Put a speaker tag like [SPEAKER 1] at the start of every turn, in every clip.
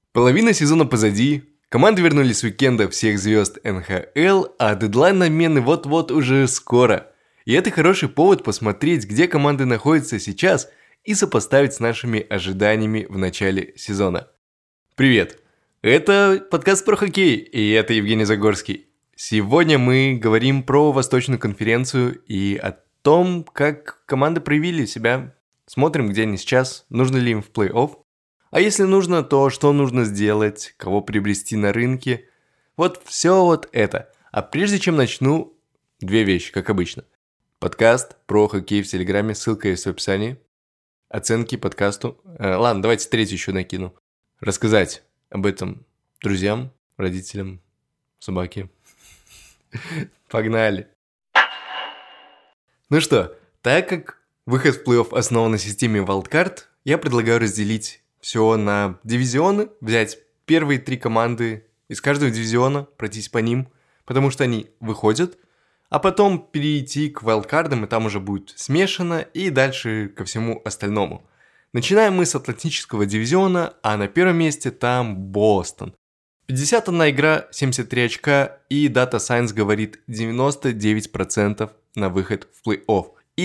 [SPEAKER 1] Половина сезона позади, команды вернулись с уикенда всех звезд НХЛ, а дедлайн обмены вот-вот уже скоро. И это хороший повод посмотреть, где команды находятся сейчас и сопоставить с нашими ожиданиями в начале сезона. Привет! Это подкаст про хоккей, и это Евгений Загорский. Сегодня мы говорим про Восточную конференцию и о том, как команды проявили себя. Смотрим, где они сейчас, нужно ли им в плей-офф. А если нужно, то что нужно сделать, кого приобрести на рынке. Вот все вот это. А прежде чем начну, две вещи, как обычно. Подкаст про хоккей в Телеграме, ссылка есть в описании. Оценки подкасту. Ладно, давайте третью еще накину. Рассказать об этом друзьям, родителям, собаке. Погнали. Ну что, так как выход в плей-офф основан на системе Wildcard, я предлагаю разделить все на дивизионы, взять первые 3 команды из каждого дивизиона, пройтись по ним, потому что они выходят, а потом перейти к вайлдкардам, и там уже будет смешано, и дальше ко всему остальному. Начинаем мы с Атлантического дивизиона, а на первом месте там Бостон. 51 игра, 73 очка, и Data Science говорит 99% на выход в плей-офф. И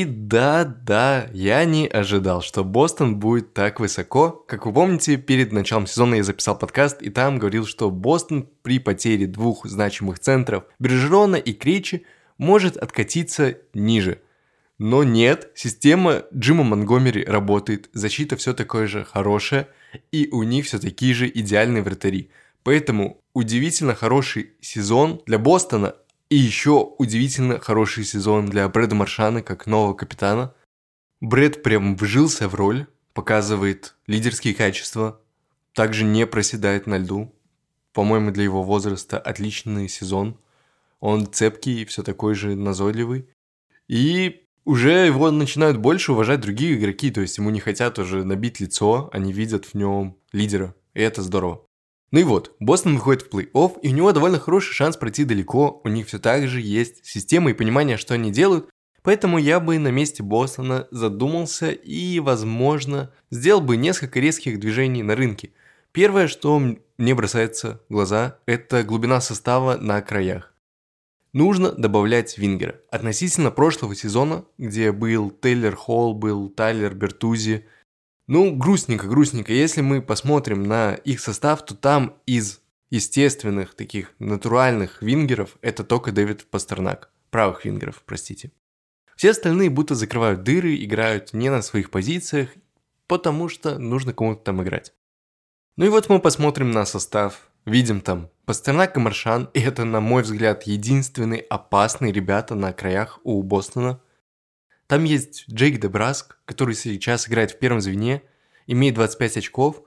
[SPEAKER 1] да, я не ожидал, что Бостон будет так высоко. Как вы помните, перед началом сезона я записал подкаст, и там говорил, что Бостон при потере 2 значимых центров Бержерона и Крейчи может откатиться ниже. Но нет, система Джима Монгомери работает, защита все такое же хорошая, и у них все такие же идеальные вратари. Поэтому удивительно хороший сезон для Бостона. И еще удивительно хороший сезон для Брэда Маршана как нового капитана. Брэд прям вжился в роль, показывает лидерские качества, также не проседает на льду. По-моему, для его возраста отличный сезон. Он цепкий и все такой же назойливый. И уже его начинают больше уважать другие игроки, то есть ему не хотят уже набить лицо, они видят в нем лидера, и это здорово. Ну и вот, Бостон выходит в плей-офф, и у него довольно хороший шанс пройти далеко, у них все так же есть система и понимание, что они делают, поэтому я бы на месте Бостона задумался и, возможно, сделал бы несколько резких движений на рынке. Первое, что мне бросается в глаза, это глубина состава на краях. Нужно добавлять вингера. Относительно прошлого сезона, где был Тейлор Холл, был Тайлер Бертузи, грустненько. Если мы посмотрим на их состав, то там из естественных таких натуральных вингеров это только Дэвид Пастернак. Правых вингеров, простите. Все остальные будто закрывают дыры, играют не на своих позициях, потому что нужно кому-то там играть. Ну и вот мы посмотрим на состав. Видим там Пастернак и Маршан, и это, на мой взгляд, единственные опасные ребята на краях у Бостона. Там есть Джейк Дебраск, который сейчас играет в первом звене, имеет 25 очков,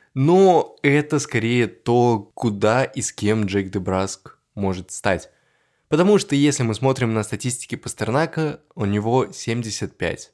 [SPEAKER 1] но это скорее то, куда и с кем Джейк Дебраск может стать. Потому что если мы смотрим на статистики Пастернака, у него 75,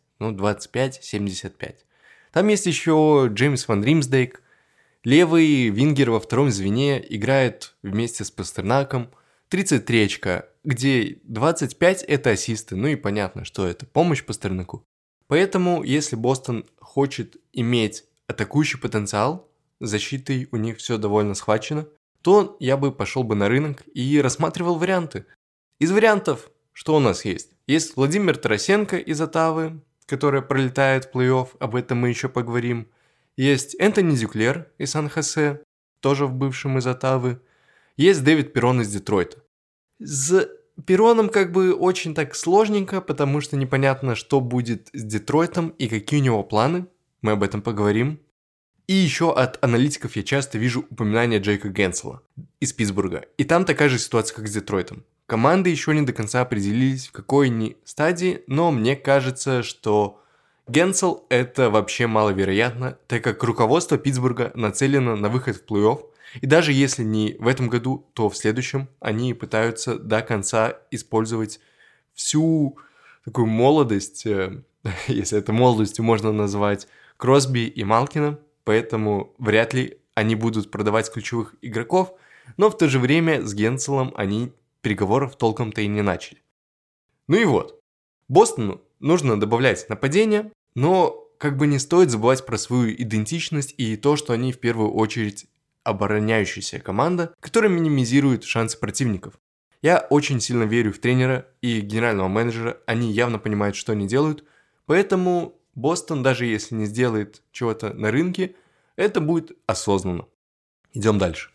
[SPEAKER 1] 25-75. Там есть еще Джеймс Ван Римсдейк, левый вингер во втором звене, играет вместе с Пастернаком, 33 очка, где 25 это ассисты, ну и понятно, что это помощь Пастернаку. Поэтому, если Бостон хочет иметь атакующий потенциал, с защитой у них все довольно схвачено, то я бы пошел бы на рынок и рассматривал варианты. Из вариантов, что у нас есть? Есть Владимир Тарасенко из Оттавы, которая пролетает в плей-офф, об этом мы еще поговорим. Есть Энтони Дюклер из Сан-Хосе, тоже в бывшем из Оттавы. Есть Дэвид Перрон из Детройта. С Перроном очень так сложненько, потому что непонятно, что будет с Детройтом и какие у него планы. Мы об этом поговорим. И еще от аналитиков я часто вижу упоминание Джейка Генсела из Питтсбурга. И там такая же ситуация, как с Детройтом. Команды еще не до конца определились, в какой они стадии, но мне кажется, что Генсел это вообще маловероятно, так как руководство Питтсбурга нацелено на выход в плей-офф. И даже если не в этом году, то в следующем они пытаются до конца использовать всю такую молодость, если это молодостью можно назвать, Кросби и Малкина, поэтому вряд ли они будут продавать ключевых игроков, но в то же время с Генселом они переговоров толком-то и не начали. Ну и вот, Бостону нужно добавлять нападение, но не стоит забывать про свою идентичность и то, что они в первую очередь обороняющаяся команда, которая минимизирует шансы противников. Я очень сильно верю в тренера и генерального менеджера, они явно понимают, что они делают, поэтому Бостон, даже если не сделает чего-то на рынке, это будет осознанно. Идем дальше.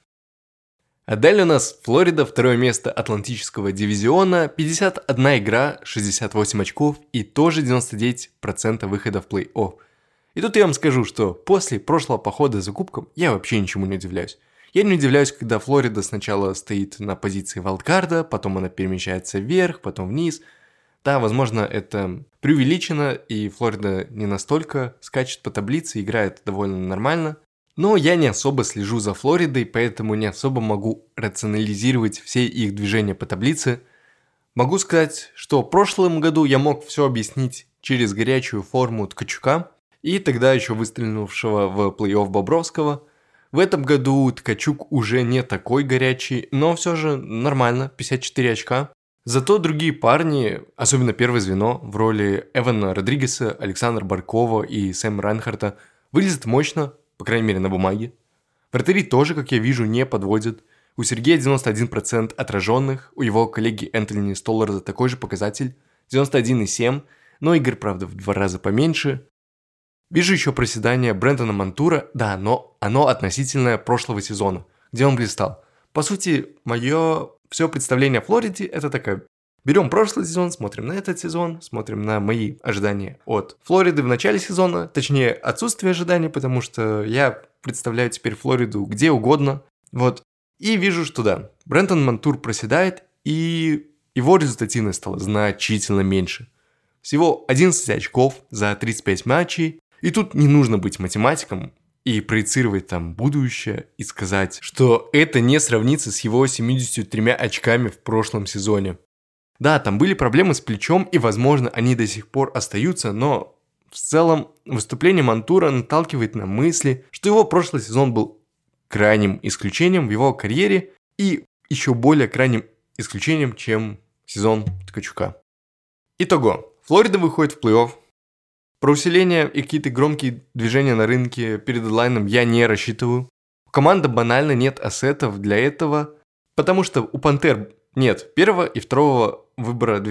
[SPEAKER 1] А далее у нас Флорида, второе место Атлантического дивизиона, 51 игра, 68 очков и тоже 99% выхода в плей-офф. И тут я вам скажу, что после прошлого похода за кубком я вообще ничему не удивляюсь. Я не удивляюсь, когда Флорида сначала стоит на позиции вайлдкарда, потом она перемещается вверх, потом вниз. Да, возможно, это преувеличено, и Флорида не настолько скачет по таблице, играет довольно нормально. Но я не особо слежу за Флоридой, поэтому не особо могу рационализировать все их движения по таблице. Могу сказать, что в прошлом году я мог все объяснить через горячую форму Ткачука и тогда еще выстрелившего в плей-офф Бобровского. В этом году Ткачук уже не такой горячий, но все же нормально, 54 очка. Зато другие парни, особенно первое звено в роли Эвана Родригеса, Александра Баркова и Сэма Райнхарта, выглядят мощно, по крайней мере на бумаге. Вратари тоже, как я вижу, не подводят. У Сергея 91% отраженных, у его коллеги Энтони Столларда такой же показатель, 91,7%, но игр, правда, в 2 раза поменьше. Вижу еще проседание Брэндона Монтура, да, но оно относительно прошлого сезона, где он блистал. По сути, мое все представление о Флориде это такая. Берем прошлый сезон, смотрим на этот сезон, смотрим на мои ожидания от Флориды в начале сезона, точнее отсутствие ожиданий, потому что я представляю теперь Флориду где угодно, вот. И вижу, что да, Брэндон Монтур проседает, и его результативность стала значительно меньше. Всего 11 очков за 35 матчей, и тут не нужно быть математиком и проецировать там будущее и сказать, что это не сравнится с его 73 очками в прошлом сезоне. Да, там были проблемы с плечом, и, возможно, они до сих пор остаются, но в целом выступление Монтура наталкивает на мысли, что его прошлый сезон был крайним исключением в его карьере и еще более крайним исключением, чем сезон Ткачука. Итого, Флорида выходит в плей-офф. Про усиление и какие-то громкие движения на рынке перед дедлайном я не рассчитываю. У команды банально нет ассетов для этого, потому что у Пантер нет первого и второго выбора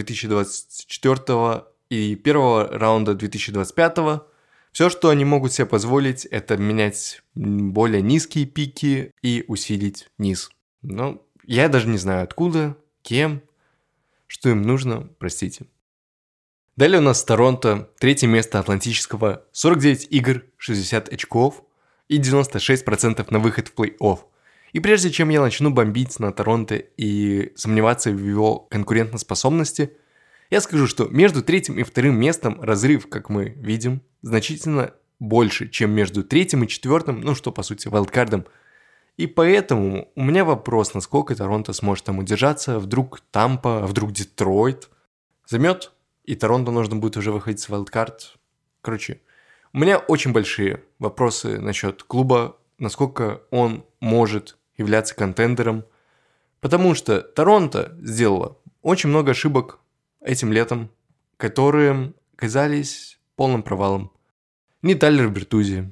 [SPEAKER 1] 2024 и первого раунда 2025. Все, что они могут себе позволить, это менять более низкие пики и усилить низ. Но я даже не знаю откуда, кем, что им нужно, простите. Далее у нас Торонто, третье место Атлантического, 49 игр, 60 очков и 96% на выход в плей-офф. И прежде чем я начну бомбить на Торонто и сомневаться в его конкурентоспособности, я скажу, что между третьим и вторым местом разрыв, как мы видим, значительно больше, чем между третьим и четвертым, ну что по сути вайлдкардом. И поэтому у меня вопрос, насколько Торонто сможет там удержаться, вдруг Тампа, вдруг Детройт займет, и Торонто нужно будет уже выходить с вайлдкард. Короче, у меня очень большие вопросы насчет клуба, насколько он может являться контендером, потому что Торонто сделала очень много ошибок этим летом, которые казались полным провалом. Ни Тайлер Бертузи,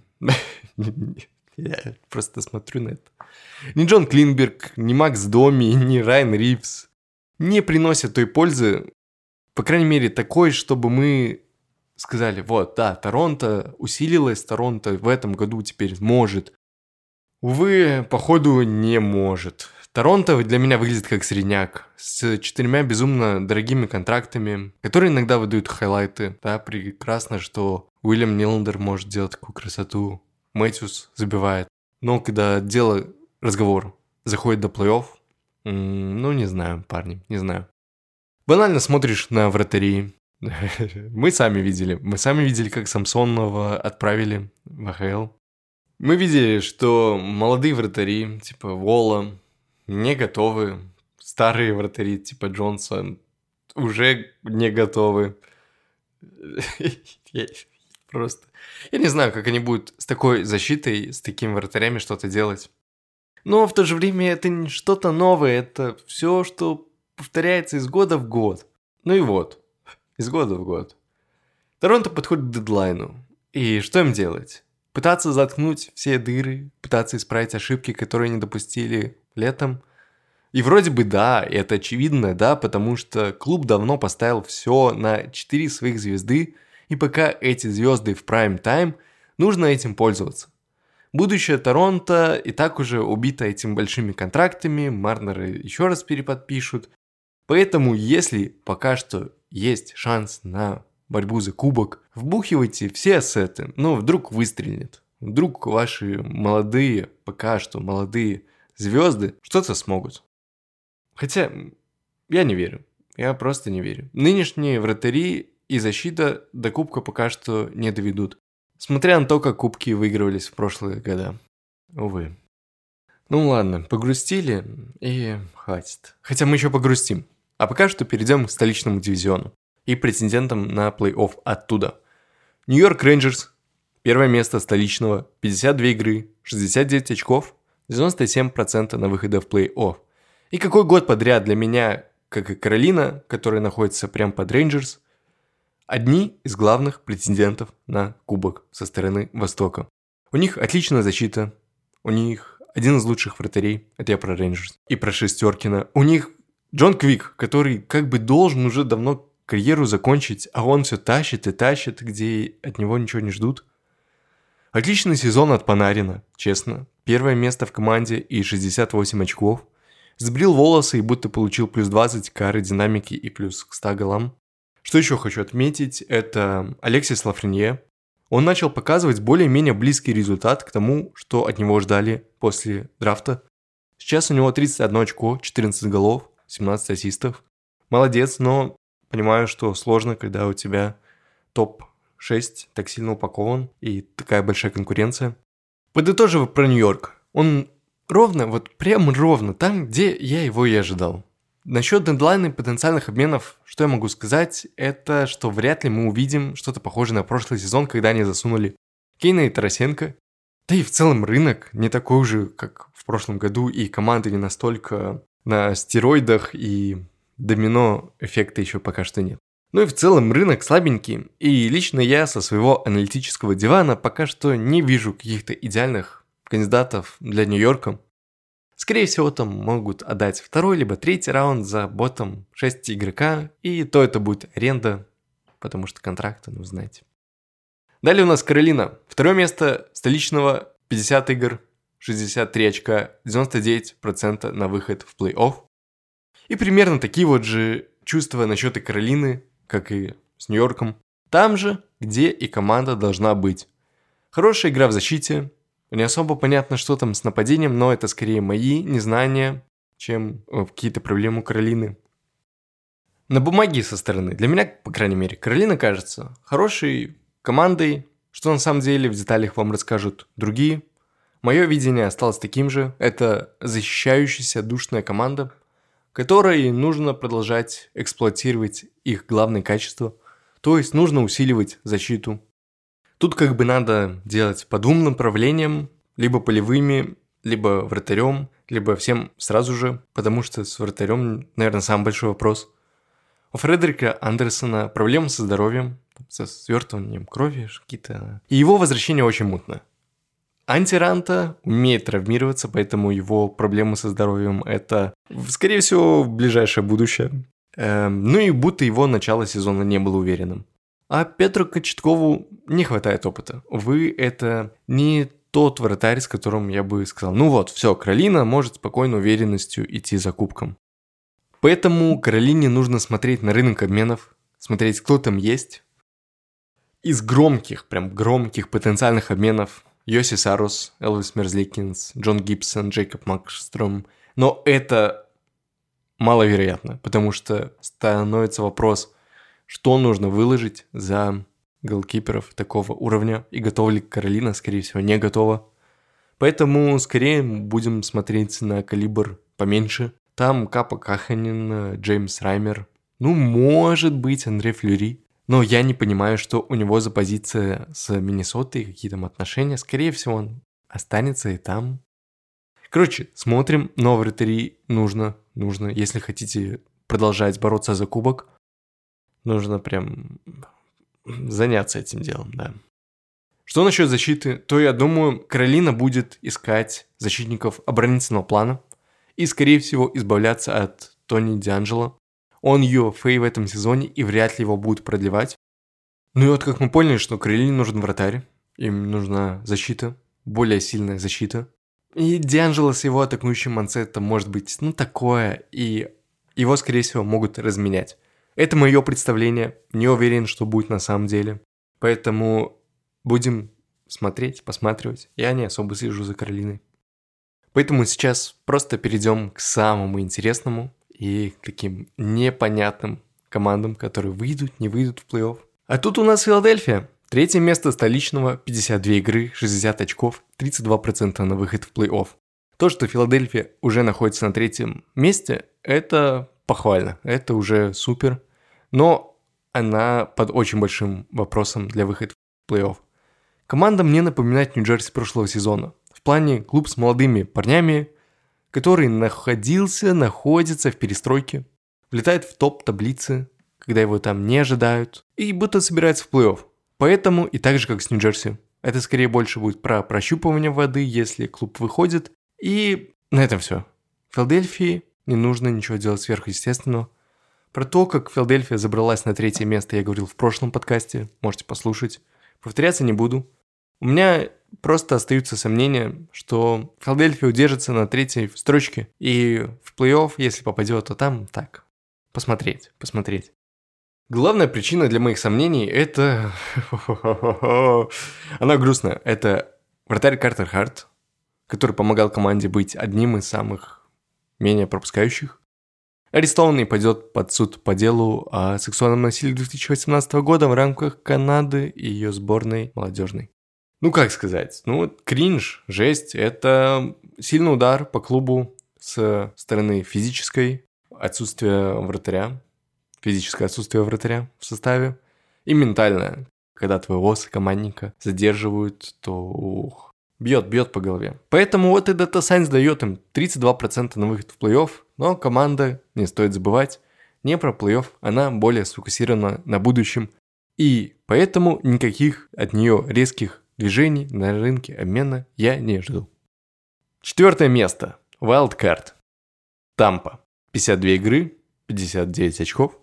[SPEAKER 1] я просто смотрю на это, ни Джон Клинберг, ни Макс Доми, ни Райан Ривз не приносят той пользы, по крайней мере такой, чтобы мы сказали, вот, да, Торонто усилилась, Торонто в этом году теперь может. Увы, походу не может. Торонто для меня выглядит как средняк, с 4 безумно дорогими контрактами, которые иногда выдают хайлайты. Да, прекрасно, что Уильям Ниландер может делать такую красоту, Мэтьюс забивает. Но когда разговор заходит до плей-офф, ну не знаю, парни, не знаю. Банально смотришь на вратарей. Мы сами видели, как Самсонова отправили в АХЛ. Мы видели, что молодые вратари, типа Вола, не готовы. Старые вратари, типа Джонса, уже не готовы. Просто... Я не знаю, как они будут с такой защитой, с такими вратарями что-то делать. Но в то же время это не что-то новое, это все, что повторяется из года в год. Ну и вот, из года в год. Торонто подходит к дедлайну. И что им делать? пытаться заткнуть все дыры, пытаться исправить ошибки, которые не допустили летом. И вроде бы да, это очевидно, да, потому что клуб давно поставил все на 4 своих звезды, и пока эти звезды в прайм-тайм, нужно этим пользоваться. Будущее Торонто и так уже убито этими большими контрактами, Марнера еще раз переподпишут. Поэтому, если пока что есть шанс на борьбу за кубок, вбухивайте все ассеты, но вдруг выстрелит. Вдруг ваши молодые, пока что молодые звезды что-то смогут. Хотя, я не верю. Я просто не верю. Нынешние вратари и защита до кубка пока что не доведут. Смотря на то, как кубки выигрывались в прошлые года. Увы. Ну ладно, погрустили и хватит. Хотя мы еще погрустим. А пока что перейдем к столичному дивизиону и претендентам на плей-офф оттуда. Нью-Йорк Рейнджерс. Первое место столичного. 52 игры, 69 очков, 97% на выхода в плей-офф. И какой год подряд для меня, как и Каролина, которая находится прямо под Рейнджерс, одни из главных претендентов на кубок со стороны Востока. У них отличная защита, у них один из лучших вратарей, это я про Рейнджерс, и про Шестеркина. У них Джон Квик, который как бы должен уже давно карьеру закончить, а он все тащит и тащит, где от него ничего не ждут. Отличный сезон от Панарина, честно. Первое место в команде и 68 очков. Сбрил волосы и будто получил плюс 20 к аэродинамике и плюс к 100 голам. Что еще хочу отметить, это Алексис Лафренье. Он начал показывать более-менее близкий результат к тому, что от него ждали после драфта. Сейчас у него 31 очко, 14 голов, 17 ассистов. Молодец, но понимаю, что сложно, когда у тебя топ-6 так сильно упакован и такая большая конкуренция. Подытожив про Нью-Йорк, он ровно, вот прям ровно там, где я его и ожидал. Насчет дедлайна и потенциальных обменов, что я могу сказать, это что вряд ли мы увидим что-то похожее на прошлый сезон, когда они засунули Кейна и Тарасенко. Да и в целом рынок не такой же, как в прошлом году, и команды не настолько на стероидах, и домино эффекта еще пока что нет. Ну и в целом рынок слабенький, и лично я со своего аналитического дивана пока что не вижу каких-то идеальных кандидатов для Нью-Йорка. Скорее всего, там могут отдать второй либо третий раунд за ботом 6 игрока, и то это будет аренда, потому что контракты, ну знаете. Далее у нас Каролина. Второе место столичного, 50 игр, 63 очка, 99% на выход в плей-офф. И примерно такие вот же чувства насчет и Каролины, как и с Нью-Йорком. Там же, где и команда должна быть. Хорошая игра в защите. Не особо понятно, что там с нападением, но это скорее мои незнания, чем какие-то проблемы у Каролины. На бумаге со стороны, для меня, по крайней мере, Каролина кажется хорошей командой, что на самом деле в деталях вам расскажут другие. Мое видение осталось таким же. Это защищающаяся душная команда, которой нужно продолжать эксплуатировать их главное качество, то есть нужно усиливать защиту. Тут как бы надо делать по двум направлениям, либо полевыми, либо вратарем, либо всем сразу же, потому что с вратарем, наверное, самый большой вопрос. У Фредерика Андерсона проблемы со здоровьем, со свертыванием крови какие-то. И его возвращение очень мутно. Антиранта умеет травмироваться, поэтому его проблемы со здоровьем это, скорее всего, ближайшее будущее. Ну и будто его начало сезона не было уверенным. А Петру Кочеткову не хватает опыта. Увы, это не тот вратарь, с которым я бы сказал, ну вот, все, Каролина может спокойно уверенностью идти за кубком. Поэтому Каролине нужно смотреть на рынок обменов, смотреть, кто там есть. Из громких, прям громких потенциальных обменов Йоси Сарос, Элвис Мерзликинс, Джон Гибсон, Джейкоб Макстром. Но это маловероятно, потому что становится вопрос, что нужно выложить за голкиперов такого уровня, и готова ли Каролина, скорее всего, не готова. Поэтому скорее будем смотреть на калибр поменьше. Там Капа Каханин, Джеймс Раймер, ну, может быть, Андре Флюри. Но я не понимаю, что у него за позиция с Миннесотой, какие там отношения. Скорее всего, он останется и там. Короче, смотрим, но вратари нужно. Если хотите продолжать бороться за кубок, нужно прям заняться этим делом, да. Что насчет защиты, то я думаю, Каролина будет искать защитников оборонительного плана и, скорее всего, избавляться от Тони Дианджело. Он UFA в этом сезоне и вряд ли его будут продлевать. Ну и вот как мы поняли, что Каролине нужен вратарь, им нужна защита, более сильная защита. И Дианджело с его атакующим мансетом может быть, такое, и его, скорее всего, могут разменять. Это мое представление, не уверен, что будет на самом деле. Поэтому будем посматривать. Я не особо слежу за Каролиной. Поэтому сейчас просто перейдем к самому интересному и таким непонятным командам, которые выйдут, не выйдут в плей-офф. А тут у нас Филадельфия. Третье место столичного, 52 игры, 60 очков, 32% на выход в плей-офф. То, что Филадельфия уже находится на третьем месте, это похвально, это уже супер. Но она под очень большим вопросом для выхода в плей-офф. Команда мне напоминает Нью-Джерси прошлого сезона. В плане клуб с молодыми парнями, который находится в перестройке, влетает в топ таблицы, когда его там не ожидают, и будто собирается в плей-офф. Поэтому и так же, как с Нью-Джерси. Это скорее больше будет про прощупывание воды, если клуб выходит. И на этом все. Филадельфии не нужно ничего делать сверхъестественного. Про то, как Филадельфия забралась на третье место, я говорил в прошлом подкасте. Можете послушать. Повторяться не буду. У меня просто остаются сомнения, что Филадельфия удержится на третьей строчке. И в плей-офф, если попадет, то там так. Посмотреть. Главная причина для моих сомнений – это… Она грустная. Это вратарь Картер Харт, который помогал команде быть одним из самых менее пропускающих. Арестованный пойдет под суд по делу о сексуальном насилии 2018 года в рамках Канады и ее сборной молодежной. Как сказать? Кринж, жесть. Это сильный удар по клубу с стороны физическое отсутствие вратаря в составе, и ментальное, когда твоего сокомандника задерживают, то бьет по голове. Поэтому вот и Data Science дает им 32% на выход в плей-офф, но команда, не стоит забывать, не про плей-офф, она более сфокусирована на будущем, и поэтому никаких от нее резких движений на рынке обмена я не жду. 4 место. Wildcard. Тампа. 52 игры, 59 очков,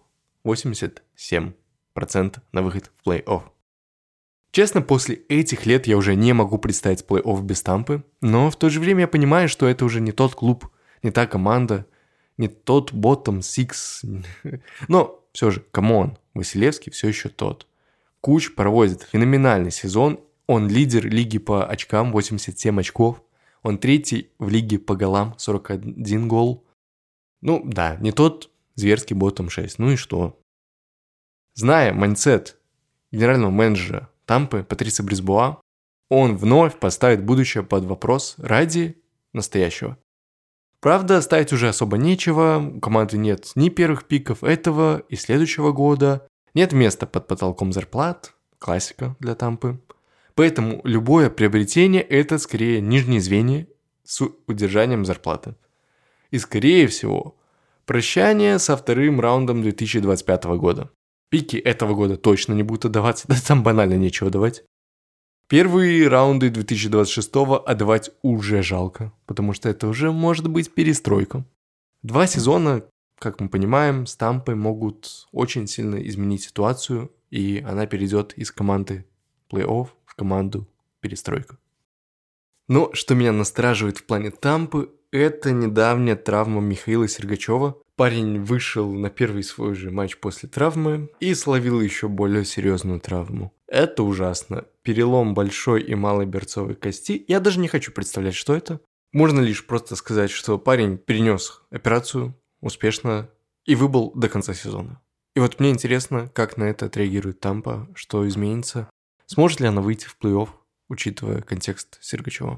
[SPEAKER 1] 87% на выход в плей-офф. Честно, после этих лет я уже не могу представить плей-офф без Тампы, но в то же время я понимаю, что это уже не тот клуб, не та команда, не тот bottom six. Но все же, камон, Василевский все еще тот. Куч проводит феноменальный сезон, он лидер лиги по очкам, 87 очков, он третий в лиге по голам, 41 гол. Не тот зверский ботом 6, и что? Зная майндсет генерального менеджера Тампы Патриса Брисбоа, он вновь поставит будущее под вопрос ради настоящего. Правда, ставить уже особо нечего, у команды нет ни первых пиков этого и следующего года, нет места под потолком зарплат, классика для Тампы. Поэтому любое приобретение – это скорее нижнее звенья с удержанием зарплаты. И скорее всего, прощание со вторым раундом 2025 года. Пики этого года точно не будут отдаваться, да там банально нечего давать. Первые раунды 2026 отдавать уже жалко, потому что это уже может быть перестройка. 2 сезона, как мы понимаем, с Тампой могут очень сильно изменить ситуацию, и она перейдет из команды плей-офф в команду перестройка. Но что меня настораживает в плане Тампы, это недавняя травма Михаила Сергачева. Парень вышел на первый свой же матч после травмы и словил еще более серьезную травму. Это ужасно. Перелом большой и малой берцовой кости. Я даже не хочу представлять, что это. Можно лишь просто сказать, что парень перенес операцию успешно и выбыл до конца сезона. И вот мне интересно, как на это отреагирует Тампа, что изменится. Сможет ли она выйти в плей-офф, учитывая контекст Сергачева.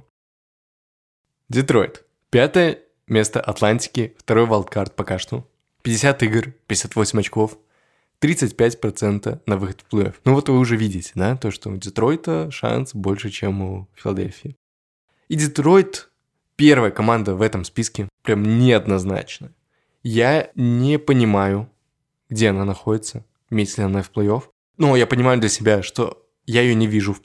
[SPEAKER 1] Детройт. 5 место Атлантики, 2-й вайлдкарт пока что. 50 игр, 58 очков, 35% на выход в плей-офф. Вот вы уже видите, да, то, что у Детройта шанс больше, чем у Филадельфии. И Детройт первая команда в этом списке, прям неоднозначно. Я не понимаю, где она находится, имеется ли она в плей-офф. Но я понимаю для себя, что я ее не вижу в плей-офф.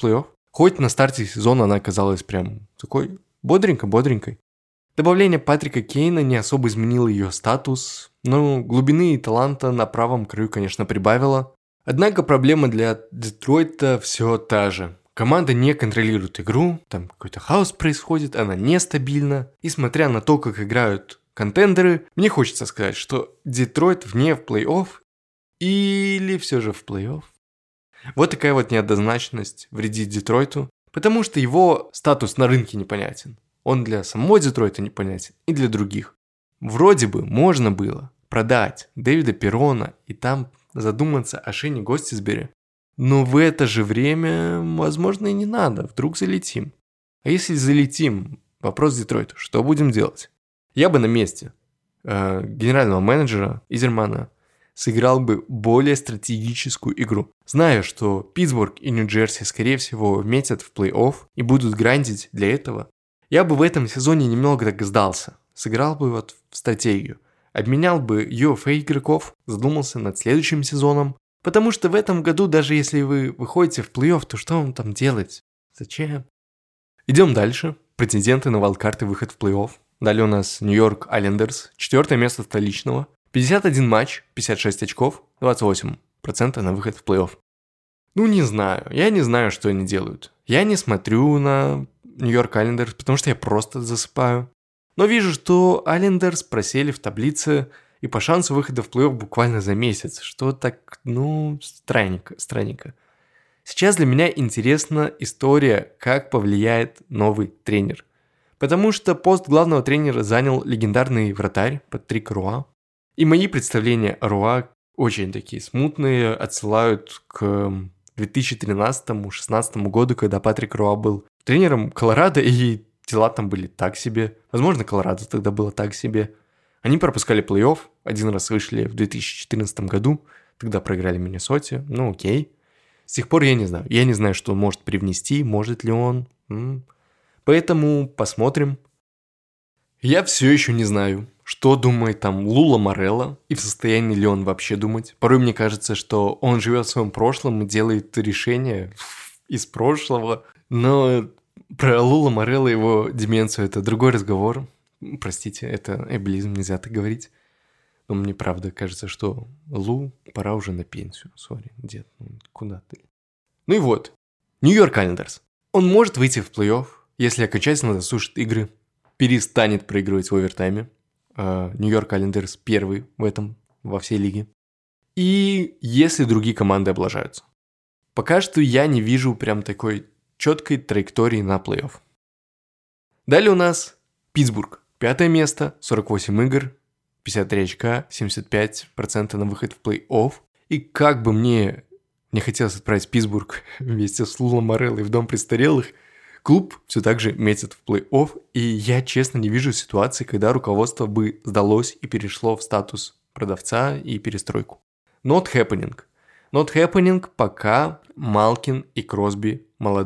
[SPEAKER 1] Хоть на старте сезона она оказалась прям такой бодренькой. Добавление Патрика Кейна не особо изменило ее статус, но глубины и таланта на правом краю, конечно, прибавило. Однако проблема для Детройта все та же. Команда не контролирует игру, там какой-то хаос происходит, она нестабильна. И смотря на то, как играют контендеры, мне хочется сказать, что Детройт вне в плей-офф или все же в плей-офф. Вот такая вот неоднозначность вредит Детройту, потому что его статус на рынке непонятен. Он для самого Детройта непонятен и для других. Вроде бы можно было продать Дэвида Перрона и там задуматься о Шейне Гостисбери. Но в это же время, возможно, и не надо, вдруг залетим. А если залетим, вопрос Детройту, что будем делать? Я бы на месте генерального менеджера Изермана сыграл бы более стратегическую игру. Зная, что Питтсбург и Нью-Джерси, скорее всего, вметят в плей-офф и будут грандить для этого, я бы в этом сезоне немного так сдался. Сыграл бы вот в стратегию. Обменял бы UFA игроков, задумался над следующим сезоном. Потому что в этом году, даже если вы выходите в плей-офф, то что вам там делать? Зачем? Идем дальше. Претенденты на вайлдкарт и выход в плей-офф. Далее у нас Нью-Йорк Айлендерс, 4 место столичного. 51 матч, 56 очков, 28% на выход в плей-офф. Ну не знаю, я не знаю, что они делают. Я не смотрю на Нью-Йорк Айлендерс, потому что я просто засыпаю. Но вижу, что Айлендерс просели в таблице и по шансу выхода в плей-офф буквально за месяц, что так, странненько. Сейчас для меня интересна история, как повлияет новый тренер. Потому что пост главного тренера занял легендарный вратарь Патрик Руа. И мои представления о Руа очень такие смутные, отсылают к 2013-16 году, когда Патрик Руа был тренером Колорадо, и дела там были так себе. Возможно, Колорадо тогда было так себе. Они пропускали плей-офф, один раз вышли в 2014 году, тогда проиграли Миннесоте, окей. С тех пор я не знаю. Я не знаю, что он может привнести, может ли он. Поэтому посмотрим. Я все еще не знаю, что думает там Лула Морелло и в состоянии ли он вообще думать. Порой мне кажется, что он живет в своем прошлом и делает решения из прошлого. Но про Лула Морелло и его деменцию это другой разговор. Простите, это эблизм, нельзя так говорить. Но мне правда кажется, что Лу, пора уже на пенсию. Сори, дед, куда ты? Ну и вот, Нью-Йорк Айлендерс. Он может выйти в плей-офф, если окончательно засушит игры, перестанет проигрывать в овертайме. Нью-Йорк Айлендерс первый в этом во всей лиге. И если другие команды облажаются. Пока что я не вижу прям такой четкой траектории на плей-офф. Далее у нас Питтсбург. 5 место, 48 игр, 53 очка, 75% на выход в плей-офф. И как бы мне не хотелось отправить Питтсбург вместе с Лулом Мореллой в дом престарелых, клуб все так же метит в плей-офф, и я честно не вижу ситуации, когда руководство бы сдалось и перешло в статус продавца и перестройку. Not happening, пока Малкин и Кросби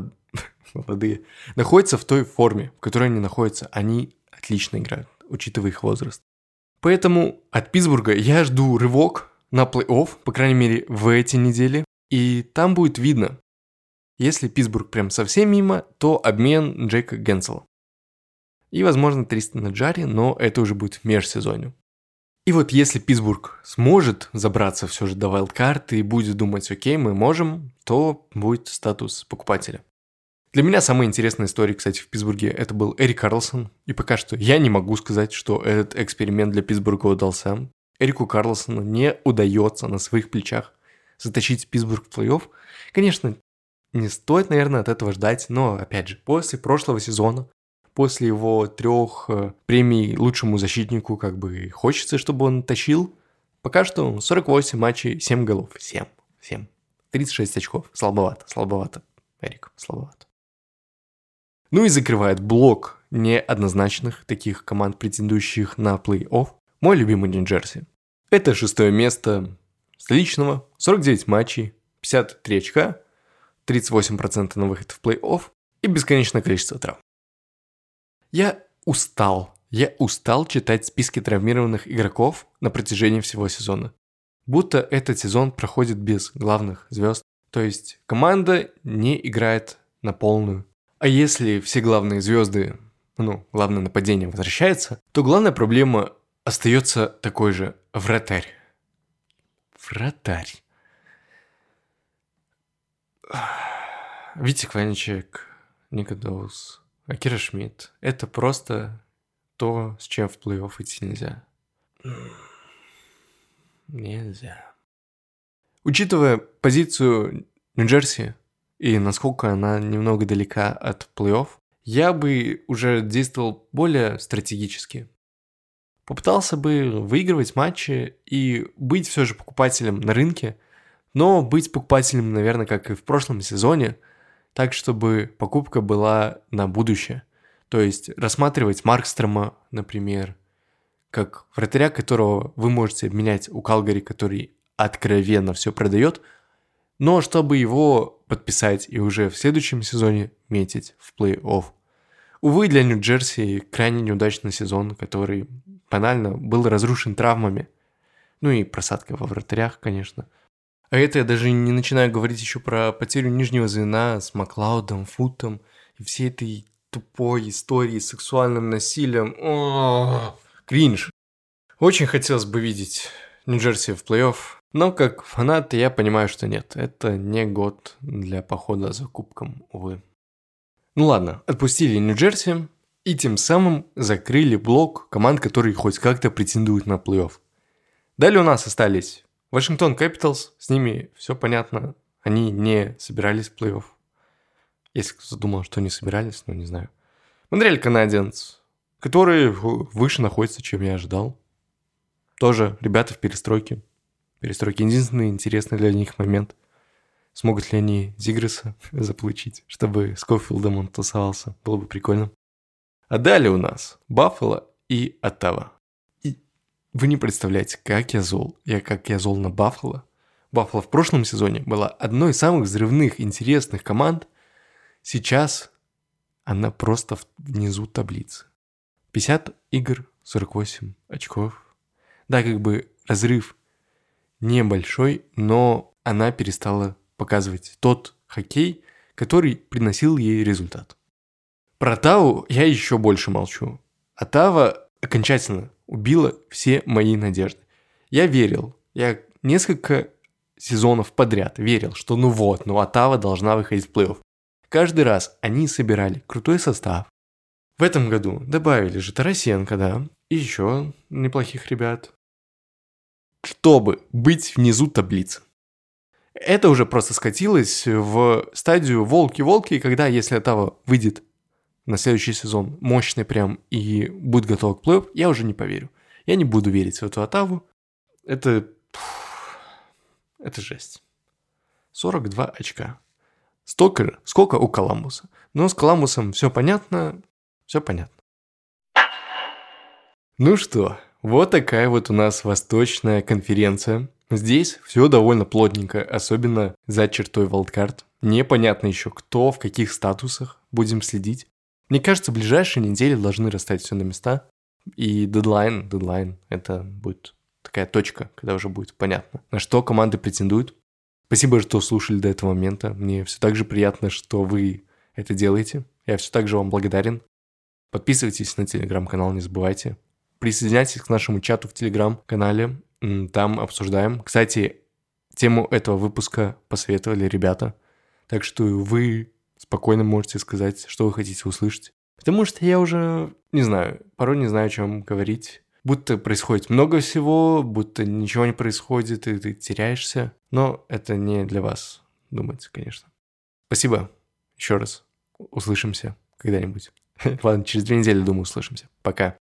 [SPEAKER 1] молодые находятся в той форме, в которой они находятся. Они отлично играют, учитывая их возраст. Поэтому от Питтсбурга я жду рывок на плей-офф, по крайней мере в эти недели, и там будет видно. Если Питтсбург прям совсем мимо, то обмен Джейка Генсела. И, возможно, Тристана Джарри, но это уже будет в межсезонье. И вот если Питтсбург сможет забраться все же до вайлдкарта и будет думать, окей, мы можем, то будет статус покупателя. Для меня самая интересная история, кстати, в Питтсбурге, это был Эрик Карлсон. И пока что я не могу сказать, что этот эксперимент для Питтсбурга удался. Эрику Карлсону не удается на своих плечах затащить Питтсбург в плей-офф. Конечно, не стоит, наверное, от этого ждать, но, опять же, после прошлого сезона, после его 3 премий лучшему защитнику, как бы хочется, чтобы он тащил. Пока что 48 матчей, 7 голов. 7. 36 очков. Слабовато. Эрик, слабовато. Ну и закрывает блок неоднозначных таких команд, претендующих на плей-офф, мой любимый Нью-Джерси. Это 6 место столичного, 49 матчей, 53 очка, 38% на выход в плей-офф и бесконечное количество травм. Я устал читать списки травмированных игроков на протяжении всего сезона. Будто этот сезон проходит без главных звезд. То есть команда не играет на полную. А если все главные звезды, главное нападение возвращается, то главная проблема остается такой же: вратарь. Вратарь. Витя Ваничек, Ника Доус, Акира Шмидт. Это просто то, с чем в плей-офф идти нельзя. Нельзя. Учитывая позицию Нью-Джерси и насколько она немного далека от плей-офф, я бы уже действовал более стратегически. Попытался бы выигрывать матчи и быть все же покупателем на рынке, но быть покупателем, наверное, как и в прошлом сезоне, так, чтобы покупка была на будущее. То есть рассматривать Маркстрома, например, как вратаря, которого вы можете обменять у Калгари, который откровенно все продает, но чтобы его подписать и уже в следующем сезоне метить в плей-офф. Увы, для Нью-Джерси крайне неудачный сезон, который банально был разрушен травмами. И просадка во вратарях, конечно. А это я даже не начинаю говорить еще про потерю нижнего звена с Маклаудом, Футом и всей этой тупой истории с сексуальным насилием. Кринж. Очень хотелось бы видеть Нью-Джерси в плей-офф, но как фанат я понимаю, что нет, это не год для похода за кубком, увы. Ладно, отпустили Нью-Джерси и тем самым закрыли блок команд, которые хоть как-то претендуют на плей-офф. Далее у нас остались Вашингтон Капиталс, с ними все понятно, они не собирались в плей-офф. Если кто-то думал, что не собирались, не знаю. Монреаль Канадиенс, которые выше находятся, чем я ожидал. Тоже ребята в перестройке. Перестройки единственный интересный для них момент. Смогут ли они Зигреса заполучить, чтобы с Кофилдом он тусовался? Было бы прикольно. А далее у нас Баффало и Оттава. И вы не представляете, как я зол. Как я зол на Баффало. Баффало в прошлом сезоне была одной из самых взрывных, интересных команд. Сейчас она просто внизу таблицы. 50 игр, 48 очков. Да, разрыв небольшой, но она перестала показывать тот хоккей, который приносил ей результат. Про Оттаву я еще больше молчу. Оттава окончательно убила все мои надежды. Я верил, я несколько сезонов подряд верил, что Оттава должна выходить в плей-офф. Каждый раз они собирали крутой состав. В этом году добавили же Тарасенко, да, и еще неплохих ребят, чтобы быть внизу таблицы. Это уже просто скатилось в стадию волки-волки, когда если Оттава выйдет на следующий сезон мощный прям и будет готов к плей-офф, я уже не поверю. Я не буду верить в эту Оттаву. Это жесть. 42 очка. Сколько у Коламбуса. Но с Коламбусом все понятно. Ну что, вот такая вот у нас Восточная конференция. Здесь все довольно плотненько, особенно за чертой вайлдкарт. Непонятно еще, кто в каких статусах, будем следить. Мне кажется, в ближайшие недели должны расставить все на места. И дедлайн, это будет такая точка, когда уже будет понятно, на что команды претендуют. Спасибо, что слушали до этого момента. Мне все так же приятно, что вы это делаете. Я все так же вам благодарен. Подписывайтесь на телеграм-канал, не забывайте. Присоединяйтесь к нашему чату в телеграм-канале. Там обсуждаем. Кстати, тему этого выпуска посоветовали ребята. Так что вы спокойно можете сказать, что вы хотите услышать. Потому что я уже порой не знаю, о чем говорить. Будто происходит много всего, будто ничего не происходит, и ты теряешься. Но это не для вас думать, конечно. Спасибо еще раз. Услышимся когда-нибудь. Ладно, через 2 недели, думаю, услышимся. Пока.